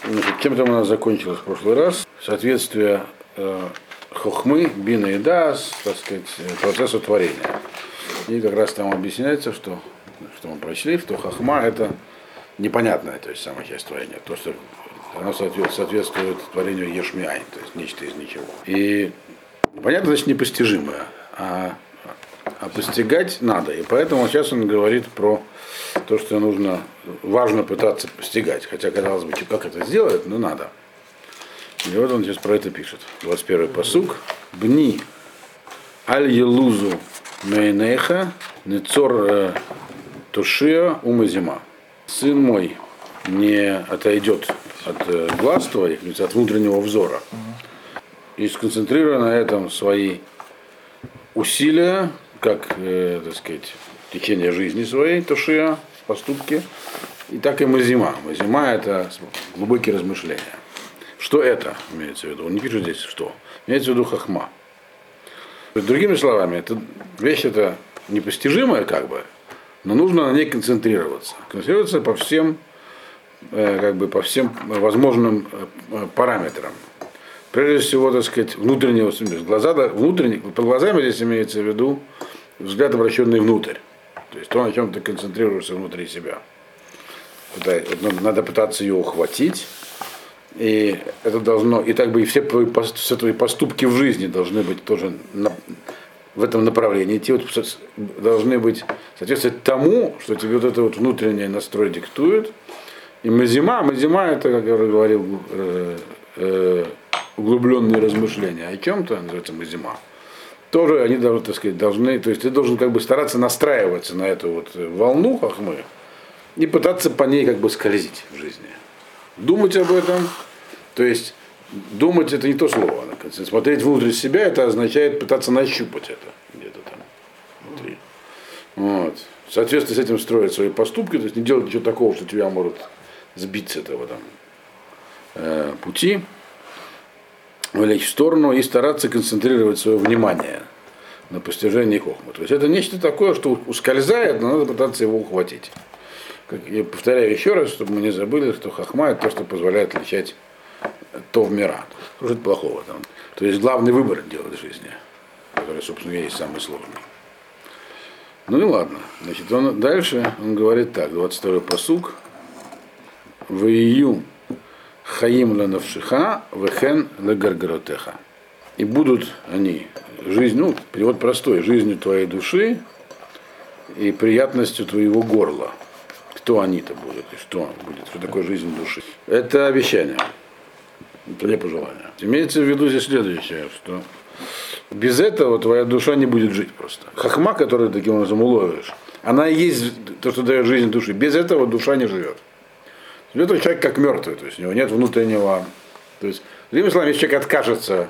Значит, чем там у нас закончилось в прошлый раз? Соответствие хохмы, бина и даас, так сказать, процессу творения. И как раз там объясняется, что мы прочли, что хохма это непонятная, то есть самая часть творения, то, что оно соответствует творению ешмиайн, то есть нечто из ничего. И понятно, значит, непостижимое, а постигать надо. И поэтому сейчас он говорит про то, что важно пытаться постигать. Хотя, казалось бы, как это сделать, но надо. И вот он сейчас про это пишет. 21-й пасук. Бни аль-елузу мейнеха нецор тушия умазима. Сын мой не отойдет от глаз твоих, от внутреннего взора. И сконцентрируя на этом свои усилия, как, так сказать, течение жизни своей, тушия, поступки, и так и мазима. Мазима – это глубокие размышления. Что это имеется в виду? Он не пишет здесь, что. Имеется в виду хохма. Другими словами, эта вещь это непостижимая, как бы, но нужно на ней концентрироваться. Концентрироваться по всем возможным параметрам. Прежде всего, так сказать, внутреннего, под глазами здесь имеется в виду взгляд, обращенный внутрь. То есть то, на чем ты концентрируешься внутри себя. Надо пытаться ее ухватить. И это должно, и так бы и все твои поступки в жизни должны быть тоже в этом направлении. Те должны быть соответствовать тому, что тебе вот это вот внутренний настрой диктует. И мазима это, как я уже говорил, углубленные размышления о чем-то, называется мазима. Тоже они должны, так сказать, то есть ты должен как бы стараться настраиваться на эту вот волну хохмы и пытаться по ней как бы скользить в жизни. Думать об этом, то есть думать это не то слово, смотреть внутрь себя, это означает пытаться нащупать это где-то там внутри. Вот. В соответствии с этим строить свои поступки, то есть не делать ничего такого, что тебя может сбить с этого там пути, влечь в сторону и стараться концентрировать свое внимание на постижении хохмы. То есть это нечто такое, что ускользает, но надо пытаться его ухватить. Я повторяю еще раз, чтобы мы не забыли, что хохма это то, что позволяет отличать то в мира, что от плохого. Там. То есть главный выбор делать в жизни, который, собственно, есть самый сложный. Ну и ладно. Значит, дальше он говорит так, 22-й пасук. Вию хаим ланавшиха вехен легаргаротеха. И будут они, перевод простой, жизнью твоей души и приятностью твоего горла. Кто они-то будут и что будет, что такое жизнь души. Это обещание, это не пожелание. Имеется в виду здесь следующее, что без этого твоя душа не будет жить просто. Хохма, которую таким образом уловишь, она и есть то, что дает жизнь души. Без этого душа не живет. Живет человек как мертвый, то есть у него нет внутреннего. То есть, другими словами, если человек откажется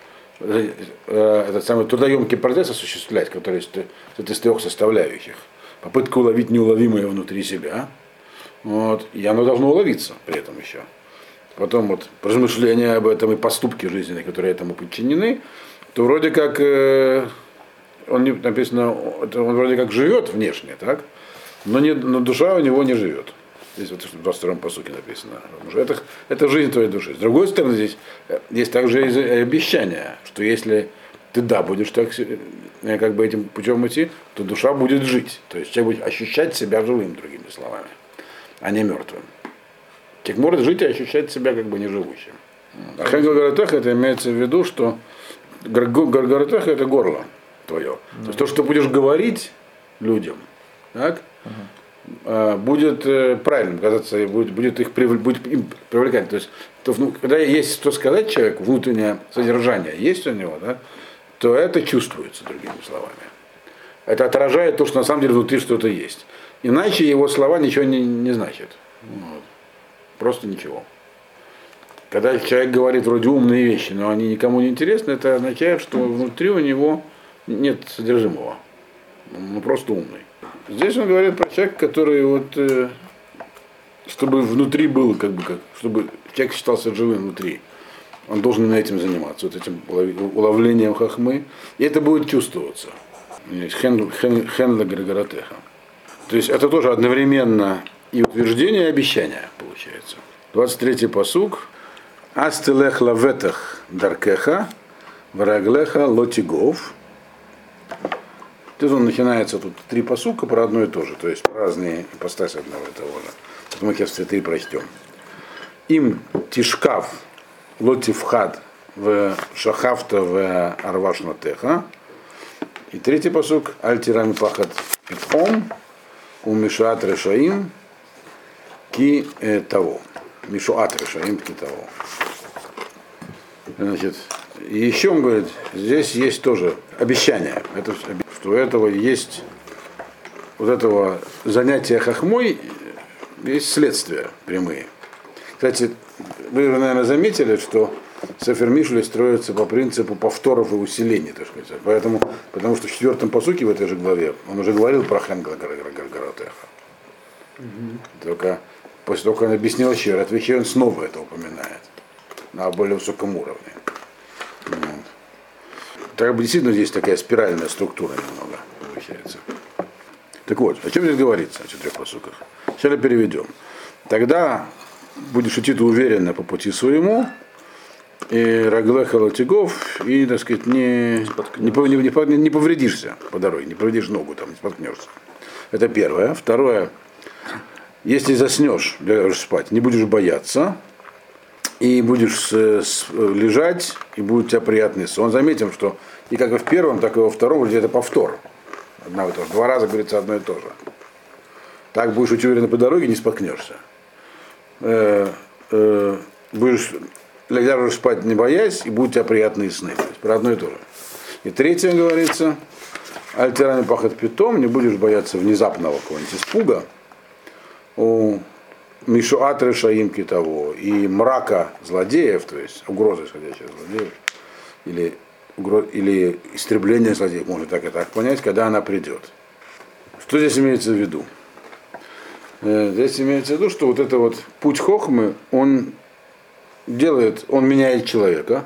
этот самый трудоемкий процесс осуществлять, который из трех составляющих, попытка уловить неуловимое внутри себя, вот, и оно должно уловиться при этом еще. Потом вот размышления об этом и поступки жизненные, которые этому подчинены, то вроде как написано, он вроде как живет внешне, так? Но душа у него не живет. Здесь вот в 22-м пасуке написано. Это жизнь твоей души. С другой стороны, здесь есть также и обещание, что если ты будешь так как бы этим путем идти, то душа будет жить. То есть человек будет ощущать себя живым, другими словами, а не мертвым. Человек может жить и ощущать себя как бы неживущим. А гаргаротеха это имеется в виду, что гаргаротеха это горло твое. То есть то, что ты будешь говорить людям, так, будет правильным казаться, будет им привлекать. То есть, когда есть что сказать человеку, внутреннее содержание есть у него, да, то это чувствуется, другими словами. Это отражает то, что на самом деле внутри что-то есть. Иначе его слова ничего не значат. Вот. Просто ничего. Когда человек говорит вроде умные вещи, но они никому не интересны, это означает, что внутри у него нет содержимого. Он просто умный. Здесь он говорит про человека, который чтобы внутри было, чтобы человек считался живым внутри. Он должен этим заниматься, вот этим уловлением хохмы. И это будет чувствоваться. Хенла гаргаротеха. То есть это тоже одновременно и утверждение, и обещание получается. 23-й пасук. Астелех лаветах даркеха, вараглеха лотигов. Тут он начинается, тут 3 пасука про одно и то же, то есть разные ипостаси одного и того же. Вот мы сейчас все 3 прочтем. Им тишкав лотивхад в шахавта в арвашнатеха. И 3-й пасук. Альтирами пахат питхом у мишуат решаим ки того. Мишуат решаим ки того. Значит, и еще он говорит, здесь есть тоже обещание, что у этого есть, вот этого занятия хохмой есть следствия прямые. Кстати, вы, наверное, заметили, что Сефер Мишли строится по принципу повторов и усилений, так сказать. Потому что в 4-м пасуке в этой же главе он уже говорил про Хенгла-Гаротеха. Только после того, как он объяснил еще раз, он снова это упоминает на более высоком уровне. Вот. Так действительно здесь такая спиральная структура немного получается. Так вот, о чем здесь говорится о 4 пасуках? Сейчас переведем. Тогда будешь идти ты уверенно по пути своему, и раглеха латигов, и, так сказать, не повредишься по дороге, не повредишь ногу, там, не споткнешься. Это первое. Второе, если заснешь, ляжешь спать, не будешь бояться, и будешь лежать, и будет у тебя приятный сон. Заметим, что и как и в первом, так и во втором, вроде это повтор. Одно и то же. 2 раза говорится одно и то же. Так будешь идти уверенно по дороге, не споткнешься. Будешь ляжешь спать, не боясь, и будут у тебя приятные сны. То есть про одно и то же. И 3 говорится, альтерами пахат питом, не будешь бояться внезапного какого-нибудь испуга. У Мишуат решаим ки того, и мрака злодеев, то есть угрозы исходящих злодеев, или истребление злодеев, можно так и так понять, когда она придет. Что здесь имеется в виду? Здесь имеется в виду, что вот это вот путь хохмы, он меняет человека.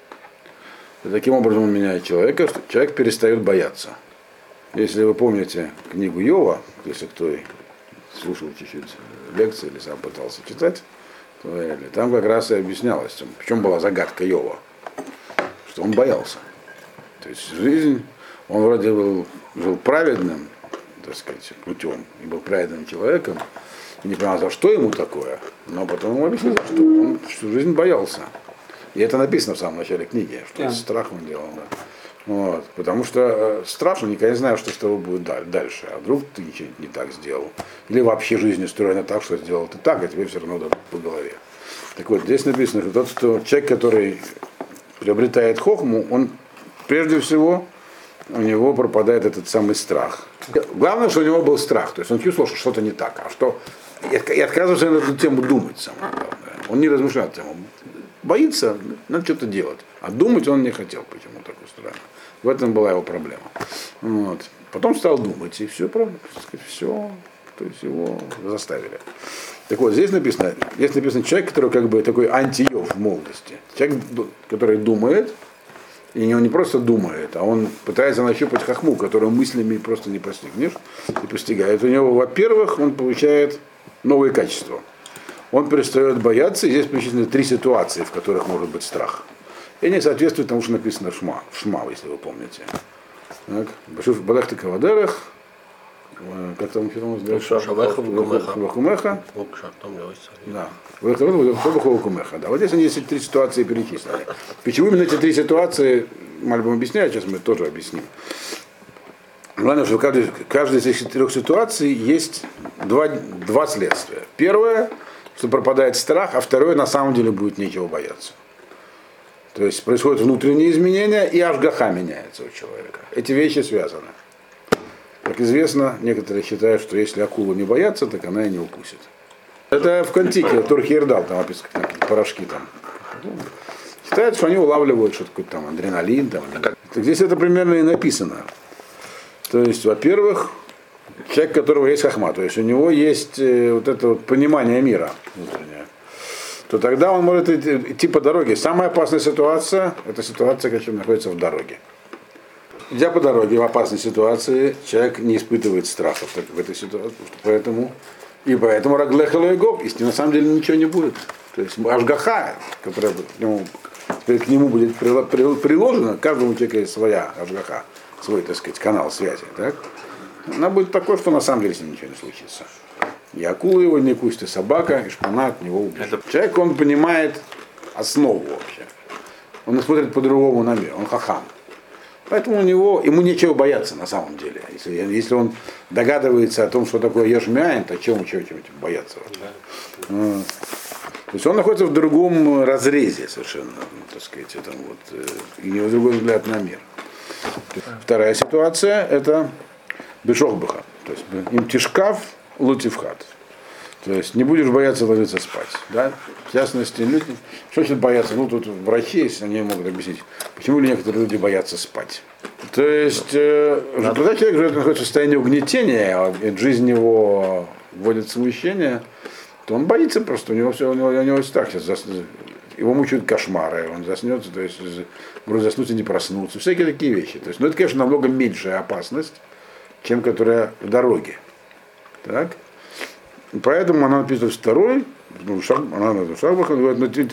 И таким образом он меняет человека, что человек перестает бояться. Если вы помните книгу Йова, если кто слушал чуть-чуть лекции или сам пытался читать, то там как раз и объяснялось, в чем была загадка Йова, что он боялся. То есть жизнь, он вроде жил праведным, так сказать, путем, и был праведным человеком, и не понимал, за что ему такое, но потом ему объяснили, что он всю жизнь боялся. И это написано в самом начале книги, что это страх он делал. Да. Вот. Потому что страшно, никогда не знаю, что с тобой будет дальше. А вдруг ты ничего не так сделал. Или вообще жизнь устроена так, что сделал ты так, а тебе все равно дадут по голове. Так вот, здесь написано, что человек, который приобретает хохму, он прежде всего у него пропадает этот самый страх. Главное, что у него был страх. То есть он чувствовал, что что-то не так. И отказывался на эту тему думать, самое главное. Он не размышлял тему. Боится, надо что-то делать. А думать он не хотел, почему так устроено. В этом была его проблема. Вот. Потом стал думать, и все, все, то есть его заставили. Так вот, здесь написано человек, который как бы такой анти-Йов в молодости. Человек, который думает, и он не просто думает, а он пытается нащупать хохму, которую мыслями просто не постигнешь, и постигает. У него, во-первых, он получает новые качества. Он перестает бояться, и здесь перечислены 3 ситуации, в которых может быть страх. И они соответствуют тому, что написано в Шма, если вы помните. В Балехте Кавадерах, как там Вахумеха. Да. Да. Вот здесь они есть 3 ситуации перечислены. Почему именно эти 3 ситуации, Мальбом объясняет, сейчас мы тоже объясним. Главное, что в каждой из этих 4 ситуаций есть 2 следствия. Первое, что пропадает страх, а второе, на самом деле будет нечего бояться. То есть происходят внутренние изменения, и ашгаха меняется у человека. Эти вещи связаны. Как известно, некоторые считают, что если акулу не бояться, так она и не укусит. Это в Кантике, Турхирдал, там описаны порошки там. Считают, что они улавливают что-то, какой-то там адреналин. Там. Так здесь это примерно и написано. То есть, во-первых, человек, у которого есть хохма, то есть у него есть вот это вот понимание мира внутреннее, то тогда он может идти по дороге. Самая опасная ситуация, это ситуация, когда человек находится в дороге. Идя по дороге в опасной ситуации, человек не испытывает страха в этой ситуации, поэтому И поэтому Раглеха Лоегов, и с ним на самом деле ничего не будет. То есть Ашгаха, которая к нему будет приложена, каждому человеку есть своя Ашгаха, свой, так сказать, канал связи. Так? Она будет такой, что на самом деле с ним ничего не случится. И акула его не куст, и собака, и шпана от него убежит. Человек, он понимает основу вообще. Он смотрит по-другому на мир, он хахам. Поэтому ему нечего бояться на самом деле. Если он догадывается о том, что такое ешмяин, то чего-нибудь бояться. То есть он находится в другом разрезе совершенно, так сказать, это и у него другой взгляд на мир. Вторая ситуация это бешохбыха, то есть им тишкав лутивхат. То есть не будешь бояться ложиться спать. Да? В частности, люди, что значит бояться? Ну, тут врачи есть, они могут объяснить, почему некоторые люди боятся спать. То есть, когда человек живет в состоянии угнетения, а жизнь его вводит в смущение, то он боится просто, у него страх сейчас, его мучают кошмары, он заснется, то есть может заснуть и не проснуться, всякие такие вещи. То есть, это, конечно, намного меньшая опасность, чем которая в дороге. Так? Поэтому она написана второй, она на шагбах, говорит,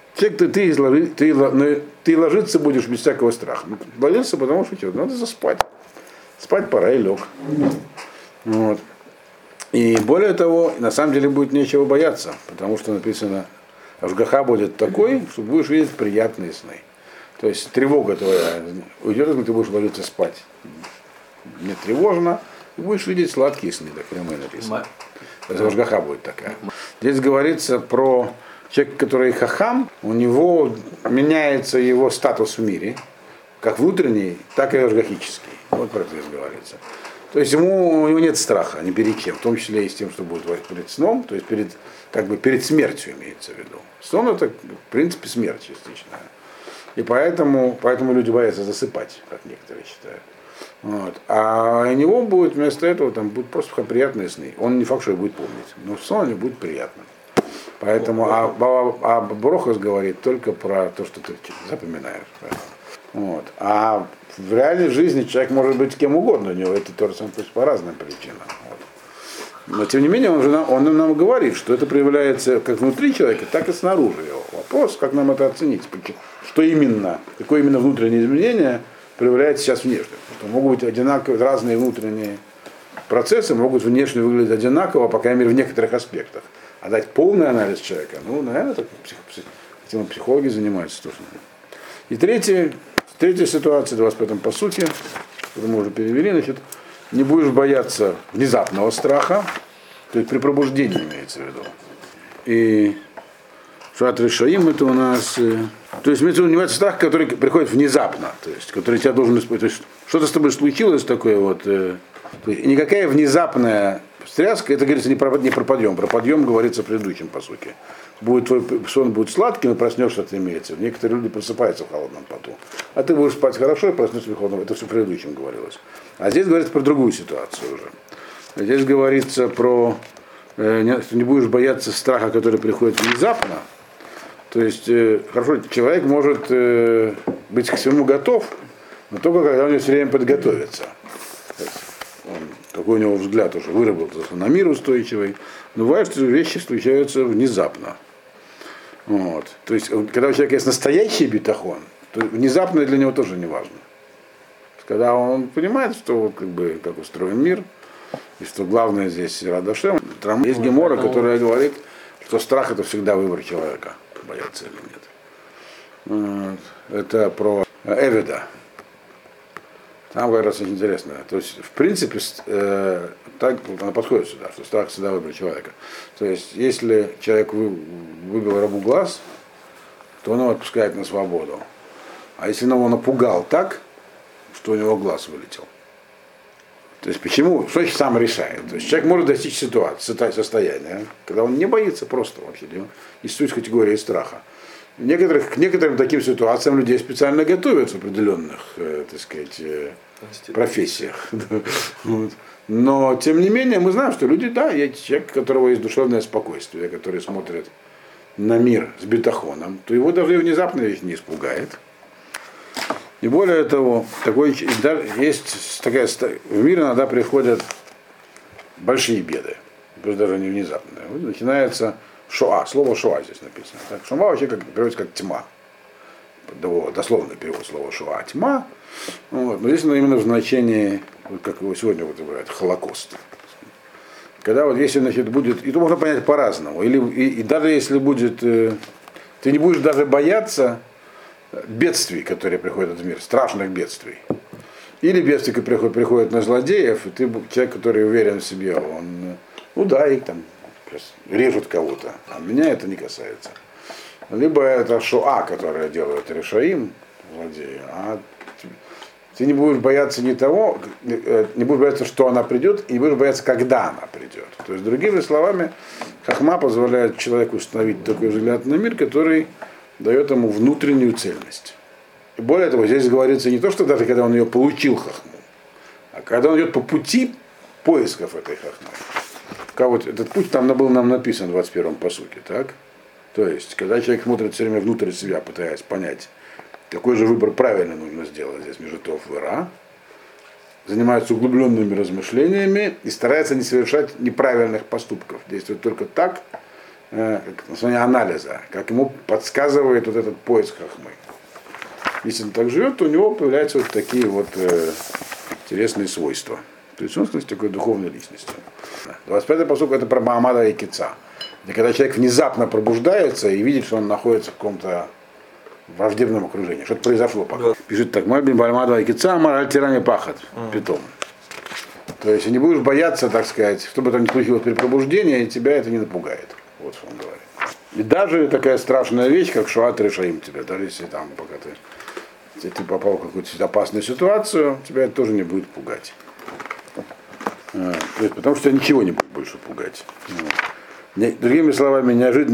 ты ложиться будешь без всякого страха. Ложиться, потому что надо заспать. Спать пора и лег. Вот. И более того, на самом деле будет нечего бояться, потому что написано, Ашгаха будет такой, что будешь видеть приятные сны. То есть тревога твоя уйдет, если ты будешь ложиться спать. Не тревожно, и будешь видеть сладкие сны, так прямо и написано. Это Ашгаха будет такая. Здесь говорится про человека, который хахам, у него меняется его статус в мире, как внутренний, так и ашгахический. Вот про это здесь говорится. То есть у него нет страха ни перед чем, в том числе и с тем, что будет перед сном, то есть перед смертью имеется в виду. Сон это, в принципе, смерть частичная. И поэтому люди боятся засыпать, как некоторые считают. Вот. А у него будет вместо этого там будут просто приятные сны. Он не факт, что будет помнить, но сон не будет приятным. Поэтому Брохас говорит только про то, что ты запоминаешь. Вот. А в реальной жизни человек может быть кем угодно, у него это тоже самое по разным причинам. Вот. Но тем не менее он нам говорит, что это проявляется как внутри человека, так и снаружи его. Вопрос, как нам это оценить, какое именно внутреннее изменение проявляется сейчас внешне. Что могут быть одинаковые, разные внутренние процессы, могут внешне выглядеть одинаково, по крайней мере, в некоторых аспектах. А дать полный анализ человека, наверное, этим психологи занимаются тоже. И третья ситуация, 25-м по сути, которую мы уже перевели, значит, не будешь бояться внезапного страха, то есть при пробуждении имеется в виду. И Шат Решаим это у нас, то есть имеется в виду страх, который приходит внезапно, то есть который тебя должен испытать. То есть что-то с тобой случилось такое вот, то есть никакая внезапная встряска, это говорится не про подъем. Про подъем говорится в предыдущем по сути. Твой сон будет сладким, и проснешься, это имеется. Некоторые люди просыпаются в холодном поту. А ты будешь спать хорошо и проснешься в холодном. Это все в предыдущем говорилось. А здесь говорится про другую ситуацию уже. Здесь говорится про, что не будешь бояться страха, который приходит внезапно. То есть, хорошо, человек может быть к всему готов, но только когда у него все время подготовится. Такой у него взгляд уже выработался на мир устойчивый. Но бывает, что вещи случаются внезапно. Вот. То есть, когда у человека есть настоящий битахон, то внезапно для него тоже не важно. Когда он понимает, что как устроен мир, и что главное здесь Радашем, есть гемора, которая говорит, что страх это всегда выбор человека, бояться или нет. Вот. Это про Эвида. Там говорится очень интересно. То есть, в принципе, так она подходит сюда, что страх всегда выбор человека. То есть, если человек выбил рабу глаз, то он его отпускает на свободу. А если он его напугал так, что у него глаз вылетел. То есть, почему? Что значит сам решает? То есть, человек может достичь состояния, когда он не боится просто вообще. Не существует категории страха. К некоторым таким ситуациям людей специально готовят в определенных, так сказать, профессиях. Вот. Но, тем не менее, мы знаем, что люди, да, есть человек, у которого есть душевное спокойствие, который смотрит на мир с битахоном, то его даже внезапная вещь не испугает. И более того, есть в мир иногда приходят большие беды. пусть даже не внезапное. Вот начинается шоа, слово шоа здесь написано. Так, шоа вообще переводится как тьма. Дословный перевод слова шоа тьма. Вот. Но здесь оно именно в значении, вот как его сегодня вот говорят, холокост. Когда вот если, значит, будет, и то можно понять по-разному. И даже если будет, ты не будешь даже бояться бедствий, которые приходят в мир, страшных бедствий. Или бедствия, которые приходят на злодеев, и ты человек, который уверен в себе, он, ну да, их там режут кого-то, а меня это не касается. Либо это шоа, которое делают решаим, злодеи, а ты не будешь бояться не того, не будешь бояться, что она придет, и не будешь бояться, когда она придет. То есть, другими словами, хахма позволяет человеку установить такой взгляд на мир, который дает ему внутреннюю цельность. И более того, здесь говорится не то, что даже когда он ее получил хахму, а когда он идет по пути поисков этой хахмы. Как вот этот путь там был нам написан в 21-м пасуке, так? То есть, когда человек смотрит все время внутрь себя, пытаясь понять, какой же выбор правильно нужно сделать здесь между Тов и Ра, занимается углубленными размышлениями и старается не совершать неправильных поступков. Действует только так, на основании анализа, как ему подсказывает вот этот поиск хахмы. Если он так живет, то у него появляются вот такие вот интересные свойства. То есть он становится такой духовной личностью. 25-й посук это про Маамада и Кица. Это когда человек внезапно пробуждается и видит, что он находится в каком-то враждебном окружении. Что-то произошло пока. Да. Пишет так: Мабин Бальмада и Кица, Амар Тиране Пахат. Питом. То есть не будешь бояться, так сказать, что бы там ни случилось при пробуждении, и тебя это не напугает. Вот что он говорит. И даже такая страшная вещь, как Шоат решаим тебя, даже если там, пока ты попал в какую-то опасную ситуацию, тебя это тоже не будет пугать. То есть, потому что тебя ничего не будет больше пугать. Другими словами,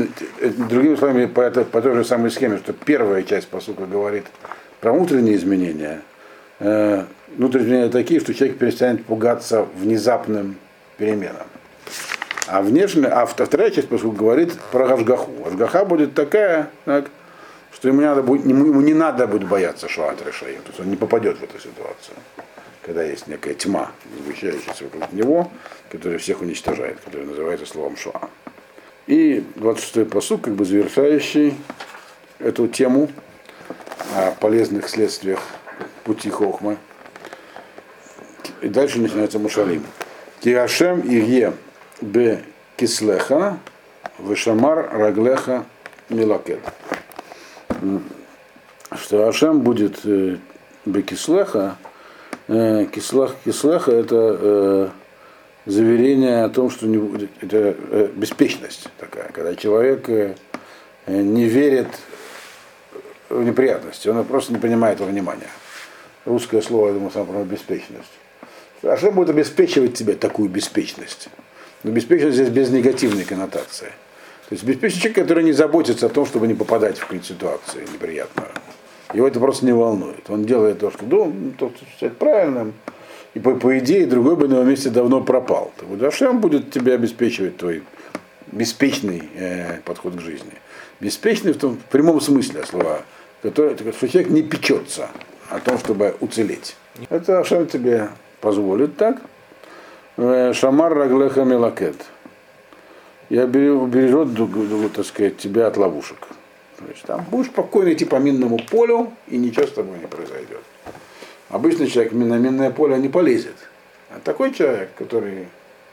по той же самой схеме, что первая часть посука говорит про внутренние изменения. Внутренние изменения такие, что человек перестанет пугаться внезапным переменам. А вторая часть посука говорит про Ашгаху. Ашгаха будет такая, так, что ему не надо будет бояться Шоат решаим. То есть он не попадет в эту ситуацию, когда есть некая тьма, сгущающаяся вокруг него, которая всех уничтожает, которая называется словом Шоа. И 26-й пасук, как бы завершающий эту тему о полезных следствиях пути Хохмы. И дальше начинается Мушалим. Киашем Ирье бе кислеха вешамар раглеха милакет. Что Ашем будет бе кислеха. Кислеха это заверение о том, что это беспечность такая, когда человек не верит в неприятности, он просто не понимает его внимания. Русское слово, я думаю, самое беспечность. А что будет обеспечивать тебе такую беспечность? Но беспечность здесь без негативной коннотации. То есть беспечный человек, который не заботится о том, чтобы не попадать в какую-то ситуацию неприятную. Его это просто не волнует. Он делает то, что думает, то, что считает правильным. И по идее, другой бы на его месте давно пропал. Так вот, Ашем будет тебе обеспечивать твой беспечный подход к жизни. Беспечный в прямом смысле слова, что человек не печется о том, чтобы уцелеть. Это Ашем тебе позволит так. Шамар раглеха мелакет. Я убережет, так сказать, тебя от ловушек. То есть там будешь спокойно идти по минному полю, и ничего с тобой не произойдет. Обычный человек на минное поле не полезет. А такой человек, который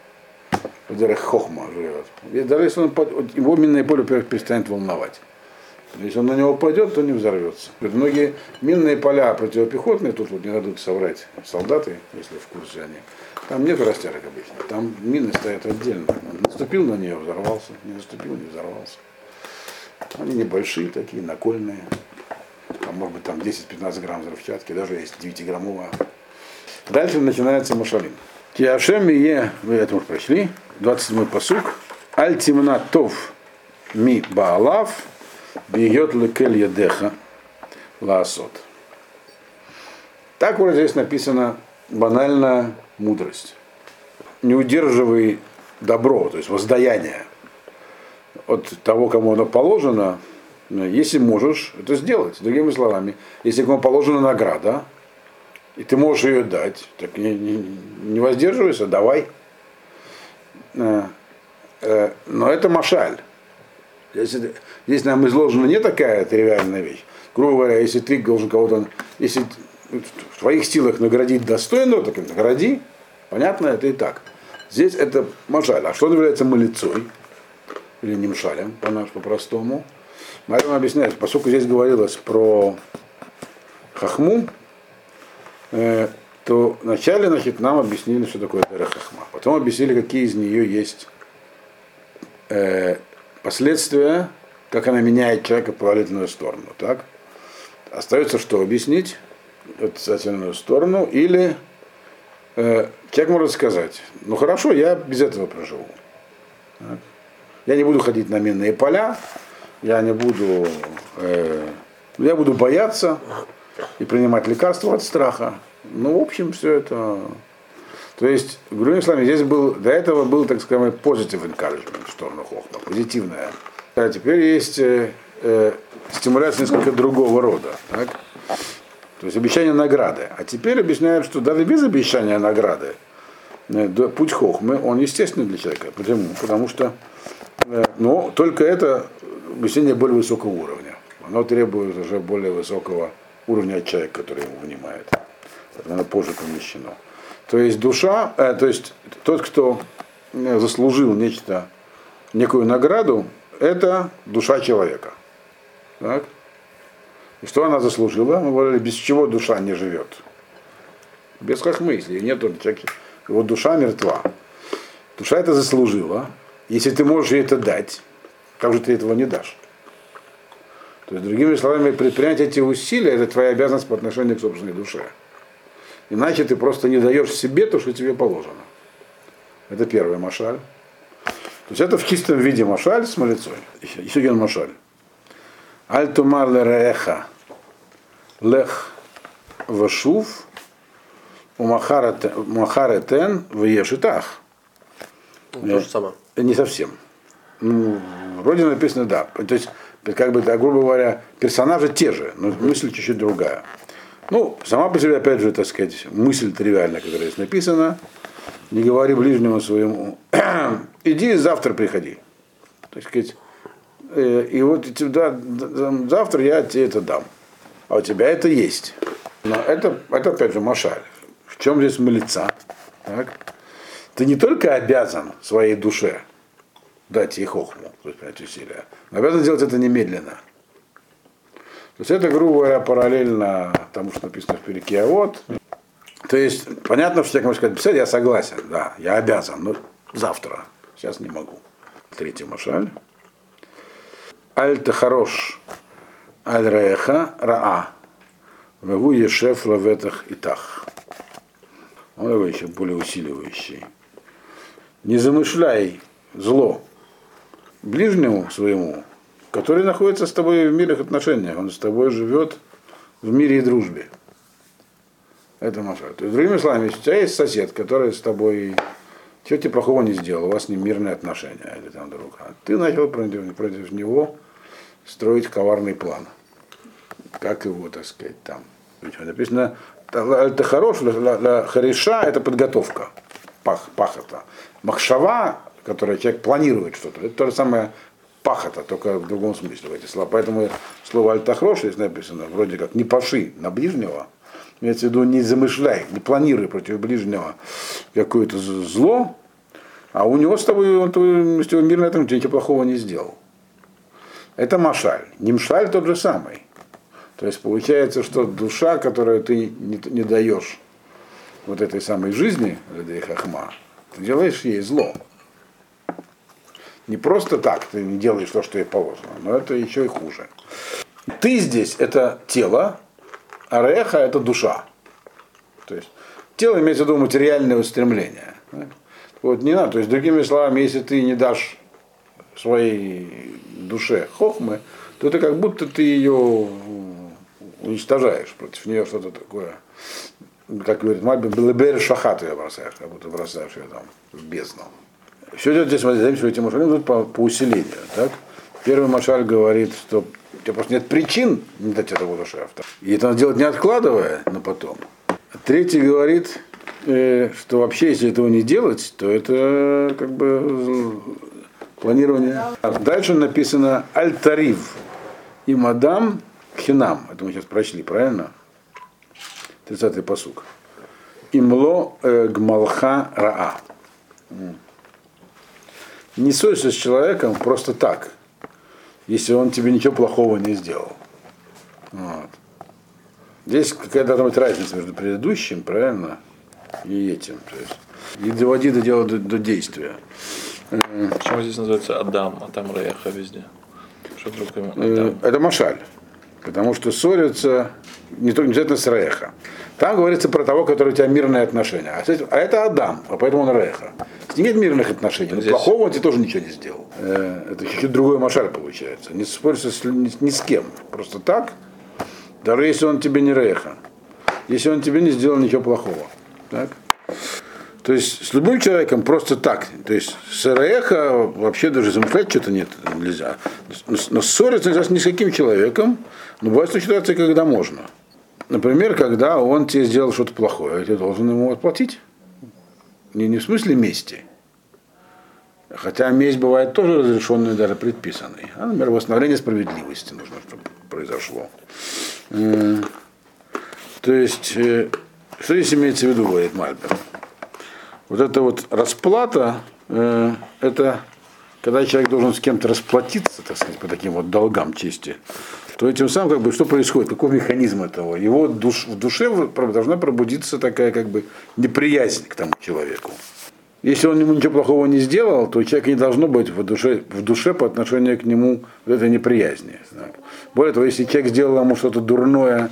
в дерах хохма живет, даже если его минное поле, во-первых, перестанет волновать. Если он на него упадет, то не взорвется. Многие минные поля противопехотные, тут вот не дадут соврать солдаты, если в курсе они, там нет растяжек обычно. Там мины стоят отдельно. Он наступил на нее, взорвался. Не наступил, не взорвался. Они небольшие такие, накольные. Там, может быть, там 10-15 грамм взрывчатки, даже есть 9-граммовая. Дальше начинается Мушалим. Киашем Ие, вы это уже прочли, 27-й пасук. Аль тимна тов ми баалав бьет лекель ядеха лаасот. Так вот здесь написано банальная мудрость. Не удерживай добро, то есть воздаяние от того, кому оно положено, если можешь это сделать. Другими словами, если кому положена награда, и ты можешь ее дать, так не воздерживайся, давай. Но это машаль. Здесь нам изложена не такая тривиальная вещь. Грубо говоря, если ты должен кого-то, если в твоих силах наградить достойного, так награди, понятно, это и так. Здесь это машаль. А что является малицой? Или нимшалем, по-простому. Марьям объясняет, поскольку здесь говорилось про хахму, то вначале, значит, нам объяснили, что такое дерех хахма. Потом объяснили, какие из нее есть последствия, как она меняет человека в положительную сторону. Так? Остается что объяснить в отрицательную сторону, или человек может сказать, ну хорошо, я без этого проживу. Так? Я не буду ходить на минные поля, я буду бояться и принимать лекарства от страха. Ну, в общем, все это. То есть, другими словами, здесь до этого был, так сказать, positive encouragement в сторону хохма, позитивная. А теперь есть стимуляция несколько другого рода. Так? То есть обещание награды. А теперь объясняют, что даже без обещания награды путь хохмы, он естественный для человека. Почему? Потому что только это объяснение более высокого уровня. Оно требует уже более высокого уровня от человека, который ему внимает. Поэтому оно позже помещено. То есть душа, то есть тот, кто заслужил некую награду, это душа человека. Так? И что она заслужила? Мы говорили, без чего душа не живет. Без хохмы, если нет человека, его душа мертва. Душа это заслужила. Если ты можешь ей это дать, как же ты этого не дашь? То есть, другими словами, предпринять эти усилия, это твоя обязанность по отношению к собственной душе. Иначе ты просто не даешь себе то, что тебе положено. Это первый машаль. То есть это в чистом виде машаль с малицой. Еще один машаль. Аль-тумар лереха лех вашув умахаретен в ешитах. То же самое. Не совсем. Вроде написано да. То есть, как бы, грубо говоря, персонажи те же, но мысль чуть-чуть другая. Сама по себе, опять же, так сказать, мысль тривиальная, которая здесь написана. Не говори ближнему своему, иди завтра приходи. Так сказать, и вот завтра я тебе это дам. А у тебя это есть. Но это опять же машаль. В чем здесь малица? Так? Ты не только обязан своей душе дать ей хохму, то есть принять усилия, но обязан делать это немедленно. То есть это, грубо говоря, параллельно тому, что написано в Переке Авот. То есть понятно, что человек может сказать, писать, я согласен, да, я обязан, но завтра, сейчас не могу. Третий машаль. Аль-та хорош, аль-раеха раа, вегу ешеф лаветах итах. Он его еще более усиливающий. Не замышляй зло ближнему своему, который находится с тобой в мирных отношениях. Он с тобой живет в мире и дружбе. Это машаль. То есть, другими словами, если у тебя есть сосед, который с тобой чего тебе плохого не сделал, у вас с ним мирные отношения, или там друг, а ты начал против него строить коварный план. Как его, так сказать, там. Написано, это хорош, хариша, это подготовка, пахота. Махшава, которая человек планирует что-то, это то же самое пахота, только в другом смысле в эти слова. Поэтому слово альтахрош здесь написано, вроде как не паши на ближнего, имеется в виду не замышляй, не планируй против ближнего какое-то зло, а у него с тобой, он с тобой мирно этом ничего плохого не сделал. Это машаль. Нимшаль тот же самый. То есть получается, что душа, которую ты не даешь вот этой самой жизни, этой хахма, ты делаешь ей зло. Не просто так ты не делаешь то, что ей положено, но это еще и хуже. Ты здесь это тело, а реха это душа. То есть тело имеется в виду материальное устремление. Вот не надо. То есть, другими словами, если ты не дашь своей душе хохмы, то это как будто ты ее уничтожаешь, против нее что-то такое, как говорит Мальбин, белебер шахату я бросаешь, как будто бросаешь ее там в бездну. Все идет здесь, смотрите, что эти машали идут по усилению. Так? Первый машаль говорит, что у тебя просто нет причин не дать этого душевта. И это надо делать не откладывая на потом. А третий говорит, что вообще, если этого не делать, то это как бы планирование. Дальше написано Аль-Тарив и Мадам Хинам. Это мы сейчас прочли, правильно? 30-й пасук. Имло гмалха раа. Не ссорься с человеком просто так, если он тебе ничего плохого не сделал. Вот. Здесь какая-то должна быть разница между предыдущим, правильно, и этим. То есть, и доводи до дела до действия. Почему здесь называется Адам, а там Реха везде? Что вдруг Адам? Это машаль. Потому что ссорятся не обязательно с Реха. Там говорится про того, который у тебя мирные отношения. А это Адам, а поэтому он Реха. С ним нет мирных отношений. Но плохого он тебе тоже ничего не сделал. Это чуть-чуть другой машаль получается. Не ссорься ни с кем. Просто так. Даже если он тебе не Реха. Если он тебе не сделал ничего плохого. Так? То есть с любым человеком просто так. То есть с Реха вообще даже замышлять что-то нельзя. Но ссориться нельзя ни с каким человеком. Но бывают ситуации, когда можно. Например, когда он тебе сделал что-то плохое, ты должен ему отплатить. Не в смысле мести. Хотя месть бывает тоже разрешенной, даже предписанной. А, например, восстановление справедливости нужно, чтобы произошло. То есть, что здесь имеется в виду, говорит Мальбер? Вот эта вот расплата, это когда человек должен с кем-то расплатиться, так сказать, по таким вот долгам чести, то этим самым, как бы, что происходит, какой механизм этого? Его в душе должна пробудиться такая, как бы, неприязнь к тому человеку. Если он ему ничего плохого не сделал, то у человека не должно быть в душе по отношению к нему вот этой неприязни. Более того, если человек сделал ему что-то дурное,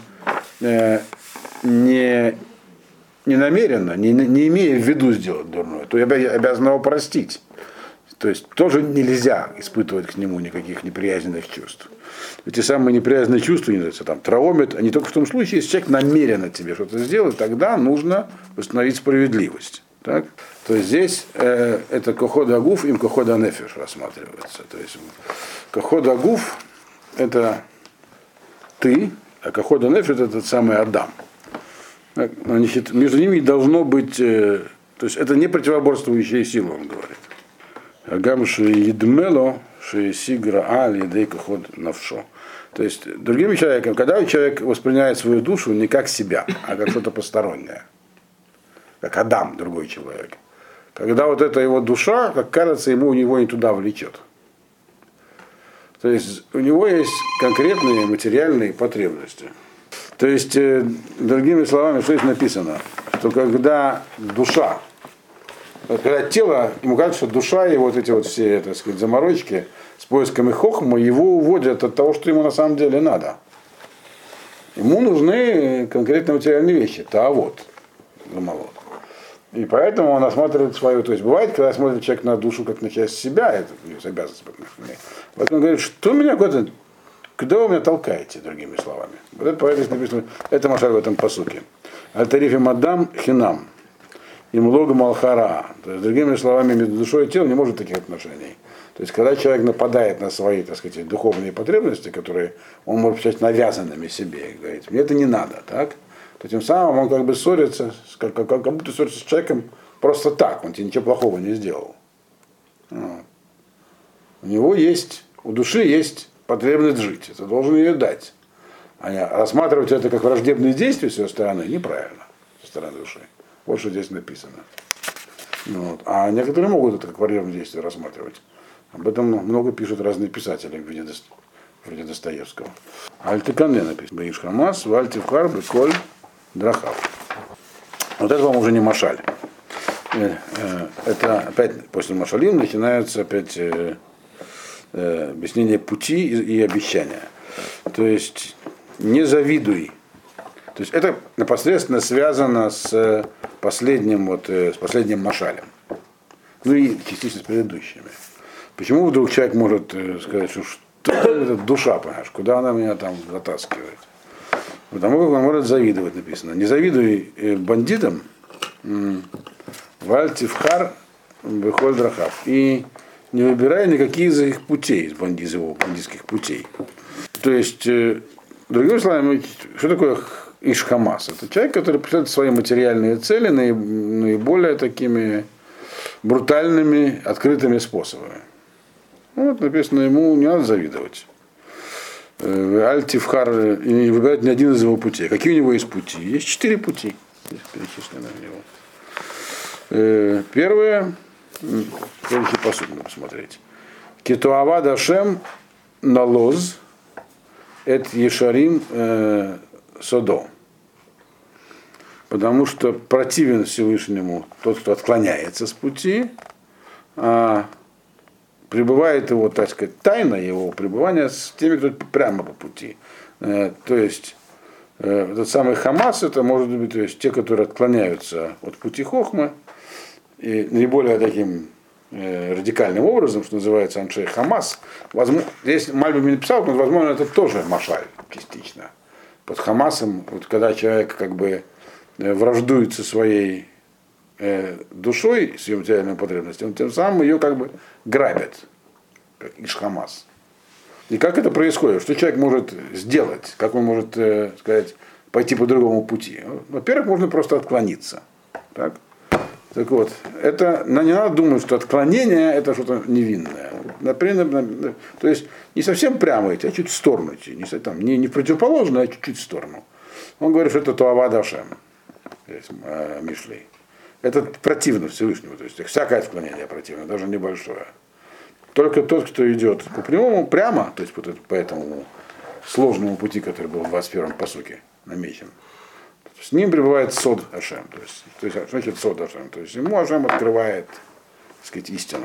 не намеренно, не имея в виду сделать дурное, то я обязан его простить. То есть тоже нельзя испытывать к нему никаких неприязненных чувств. Эти самые неприязненные чувства, не называются, там, травмят, они только в том случае, если человек намеренно тебе что-то сделал, тогда нужно восстановить справедливость. Так? То есть здесь это коход агуф, им коход анефиш рассматривается. То есть коход агуф это ты, а коход анефиш это тот самый Адам. Значит, между ними должно быть, то есть это не противоборствующие силы, он говорит. Агам шеидмело шеисигра аль едей коход навшо. То есть другими человеком, когда человек воспринимает свою душу не как себя, а как что-то постороннее. Как Адам, другой человек. Когда вот эта его душа, как кажется, ему у него не туда влечет. То есть у него есть конкретные материальные потребности. То есть, другими словами, что здесь написано? Что когда душа, когда тело, ему кажется, что душа и вот эти вот все, так сказать, заморочки с поисками хохма его уводят от того, что ему на самом деле надо. Ему нужны конкретные материальные вещи. Вот, замолот. И поэтому он осматривает свою. То есть бывает, когда смотрит человек на душу как на часть себя, это обязанность. Поэтому он говорит, что меня куда вы меня толкаете, другими словами. Вот это поэтому написано, это машаль в этом пасуке. Аль-Тарифи Мадам Хинам. Им лога Малхара. То есть, другими словами, между душой и телом не может таких отношений. То есть, когда человек нападает на свои, так сказать, духовные потребности, которые он может считать навязанными себе, и говорит, мне это не надо, так? То тем самым он как бы ссорится, как будто ссорится с человеком просто так, он тебе ничего плохого не сделал. Вот. У души есть потребность жить, это должен ее дать. А рассматривать это как враждебные действия с ее стороны неправильно, со стороны души. Вот что здесь написано. Вот. А некоторые могут это как враждебные действия рассматривать. Об этом много пишут разные писатели, вроде Достоевского. Альтикане написано. Баиш Хамас, Вальтивкар, Беколь, Драхав. Вот это вам уже не машаль. Это опять после машалим начинается опять объяснение пути и обещания. То есть не завидуй. То есть это непосредственно связано с последним машалем. Ну и частично с предыдущими. Почему вдруг человек может сказать, что это душа, понимаешь, куда она меня там затаскивает? Потому как он может завидовать, написано. Не завидуй бандитам, вальтивхар, бехоль драхав. И не выбирай никакие из их путей, из его бандитских путей. То есть, другими словами, что такое Иш-Хамас? Это человек, который преследует свои материальные цели наиболее такими брутальными, открытыми способами. Вот написано, ему не надо завидовать. Аль-Тифхар не выбирать ни один из его путей. Какие у него есть пути? Есть 4 пути. Здесь перечислены у него. Первое, следующий посуд надо посмотреть. Китуава Дашем налоз эт ешарим содо. Потому что противен Всевышнему тот, кто отклоняется с пути, а пребывает его, так сказать, тайна его пребывания с теми, кто прямо по пути. То есть этот самый Хамас, это может быть, то есть те, которые отклоняются от пути Хохмы, и наиболее таким радикальным образом, что называется Аншей Хамас. Возможно, здесь Мальбим не написал, но, возможно, это тоже машаль частично. Под Хамасом, вот когда человек как бы враждует со своей душой, с ее материальной потребностью, он тем самым ее как бы грабит, как Иш-Хамас. И как это происходит? Что человек может сделать? Как он может, сказать, пойти по другому пути? Во-первых, можно просто отклониться. Так вот, это не надо думать, что отклонение это что-то невинное. Например, то есть не совсем прямо идти, а чуть в сторону идти. Не в противоположную, а чуть-чуть в сторону. Он говорит, что это Туава Дашем, Мишлей. Это противно Всевышнему, то есть всякое отклонение противно, даже небольшое. Только тот, кто идет по прямому, прямо, то есть по этому сложному пути, который был в 21-м пасуке намечен, с ним пребывает Сод Ашем. То есть значит Сод Ашем. То есть ему Ашем открывает, так сказать, истину.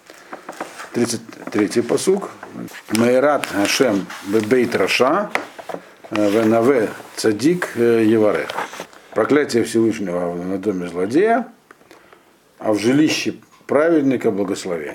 33-й пасук. Майрат Ашем бебейт Раша венаве цадик еварех. Проклятие Всевышнего на доме злодея, а в жилище праведника благословение.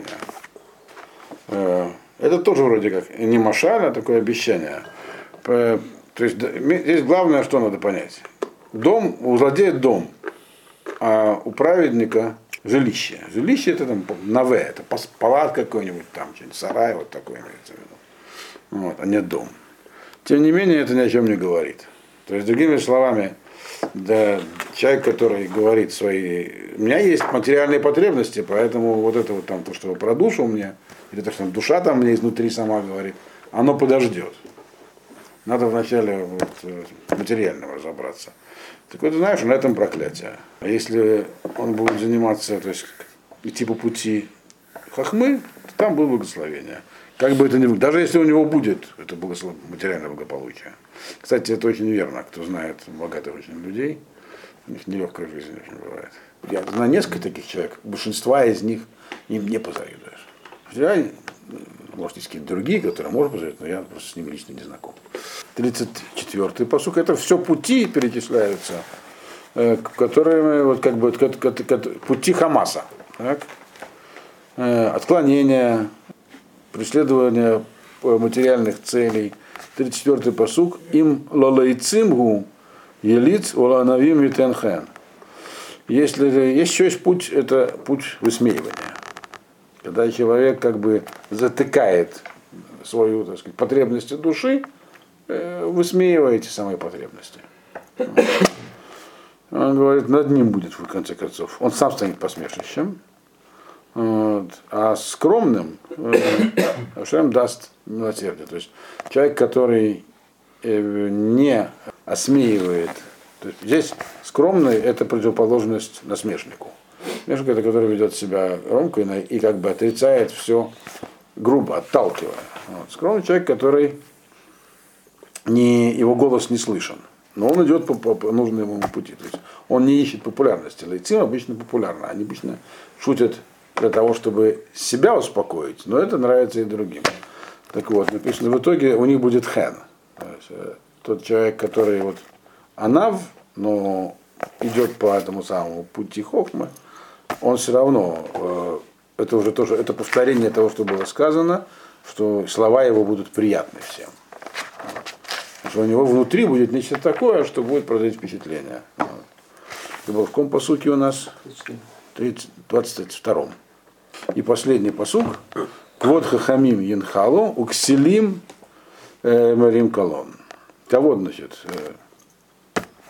Это тоже вроде как не машаль, а такое обещание. То есть здесь главное, что надо понять. Дом, у злодея дом, а у праведника жилище. Жилище это там наве, это палат какой-нибудь там, сарай, вот такой имеется в виду. Вот, а не дом. Тем не менее, это ни о чем не говорит. То есть, другими словами, да, человек, который говорит свои, у меня есть материальные потребности, поэтому вот это вот там то, что про душу мне, или то, что душа там мне изнутри сама говорит, оно подождет. Надо вначале вот, материального разобраться. Так вот, знаешь, на этом проклятие. А если он будет заниматься, то есть идти по пути Хохмы, то там будет благословение. Как бы это ни было, даже если у него будет это материальное благополучие. Кстати, это очень верно, кто знает богатых очень людей, у них нелегкая жизнь очень бывает. Я знаю несколько таких человек, большинства из них им не позавидуешь. Я, может, есть какие-то другие, которые можно позавидовать, но я просто с ними лично не знаком. 34-й пасук, это все пути перечисляются, которые вот как бы пути Хамаса. Так? Отклонения, преследование материальных целей. 34-й пасук. Им лолайцимгу елиц уланавим витенхен. Если есть еще есть путь, это путь высмеивания. Когда человек как бы затыкает свою, так сказать, потребности души, высмеивая эти самые потребности. Он говорит, над ним будет в конце концов. Он сам станет посмешищем. Вот. А скромным Ашем даст милосердие. То есть человек, который не осмеивает. То есть здесь скромный это противоположность насмешнику. Насмешник это который ведет себя громко и как бы отрицает все грубо, отталкивая. Вот. Скромный человек, который его голос не слышен. Но он идет по нужному ему пути. То есть он не ищет популярности. Лейцим обычно популярны. Они обычно шутят для того, чтобы себя успокоить, но это нравится и другим. Так вот, написано, в итоге у них будет хен. То есть, тот человек, который вот анав, но идет по этому самому пути хохмы, он все равно, это уже тоже, это повторение того, что было сказано, что слова его будут приятны всем. Что у него внутри будет нечто такое, что будет производить впечатление. Это было в каком пасуке у нас? 22-м. И последний пасук. Квод хахамим янхалу уксилим марим колон. Кого, значит,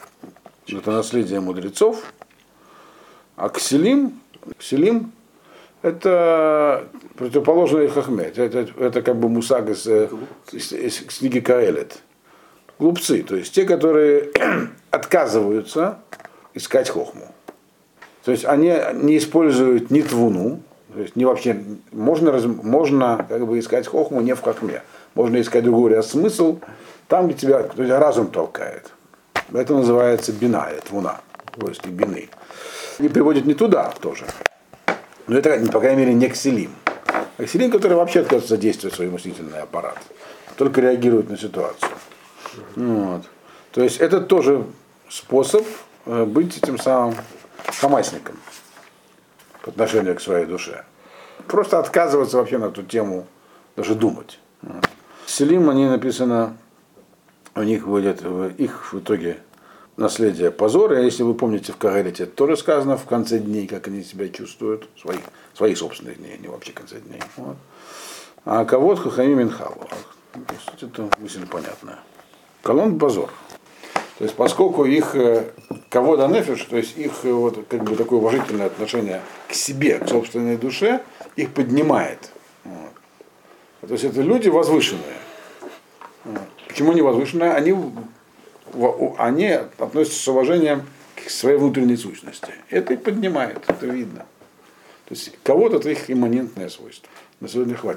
это наследие мудрецов. А ксилим Это противоположное хахме. Это как бы мусаг из книги Каэлет. Глупцы, то есть те, которые отказываются искать хохму. То есть они не используют ни твуну, то есть не вообще можно как бы искать хохму не в хохме. Можно искать другой смысл там, где тебя то есть, разум толкает. Это называется бина, твуна, поиски бины. И приводят не туда тоже. Но это, по крайней мере, не кселим. А кселим, который вообще отказывается задействовать свой мыслительный аппарат. Только реагирует на ситуацию. Вот. То есть это тоже способ быть этим самым хамасником по отношению к своей душе. Просто отказываться вообще на эту тему даже думать. Селим, они написано, у них будет их в итоге наследие позора. Если вы помните, в Каэлите тоже сказано в конце дней, как они себя чувствуют, своих собственных дней, не вообще конце дней. Вот. А кого-то хахами минхалу. Это мысль понятная. Колон позор. То есть поскольку их кого нефиш, то есть их вот, как бы такое уважительное отношение к себе, к собственной душе, их поднимает. Вот. То есть это люди возвышенные. Вот. Почему они возвышенные? Они относятся с уважением к своей внутренней сущности. Это их поднимает, это видно. То есть кого-то это их имманентное свойство. На сегодня хватит.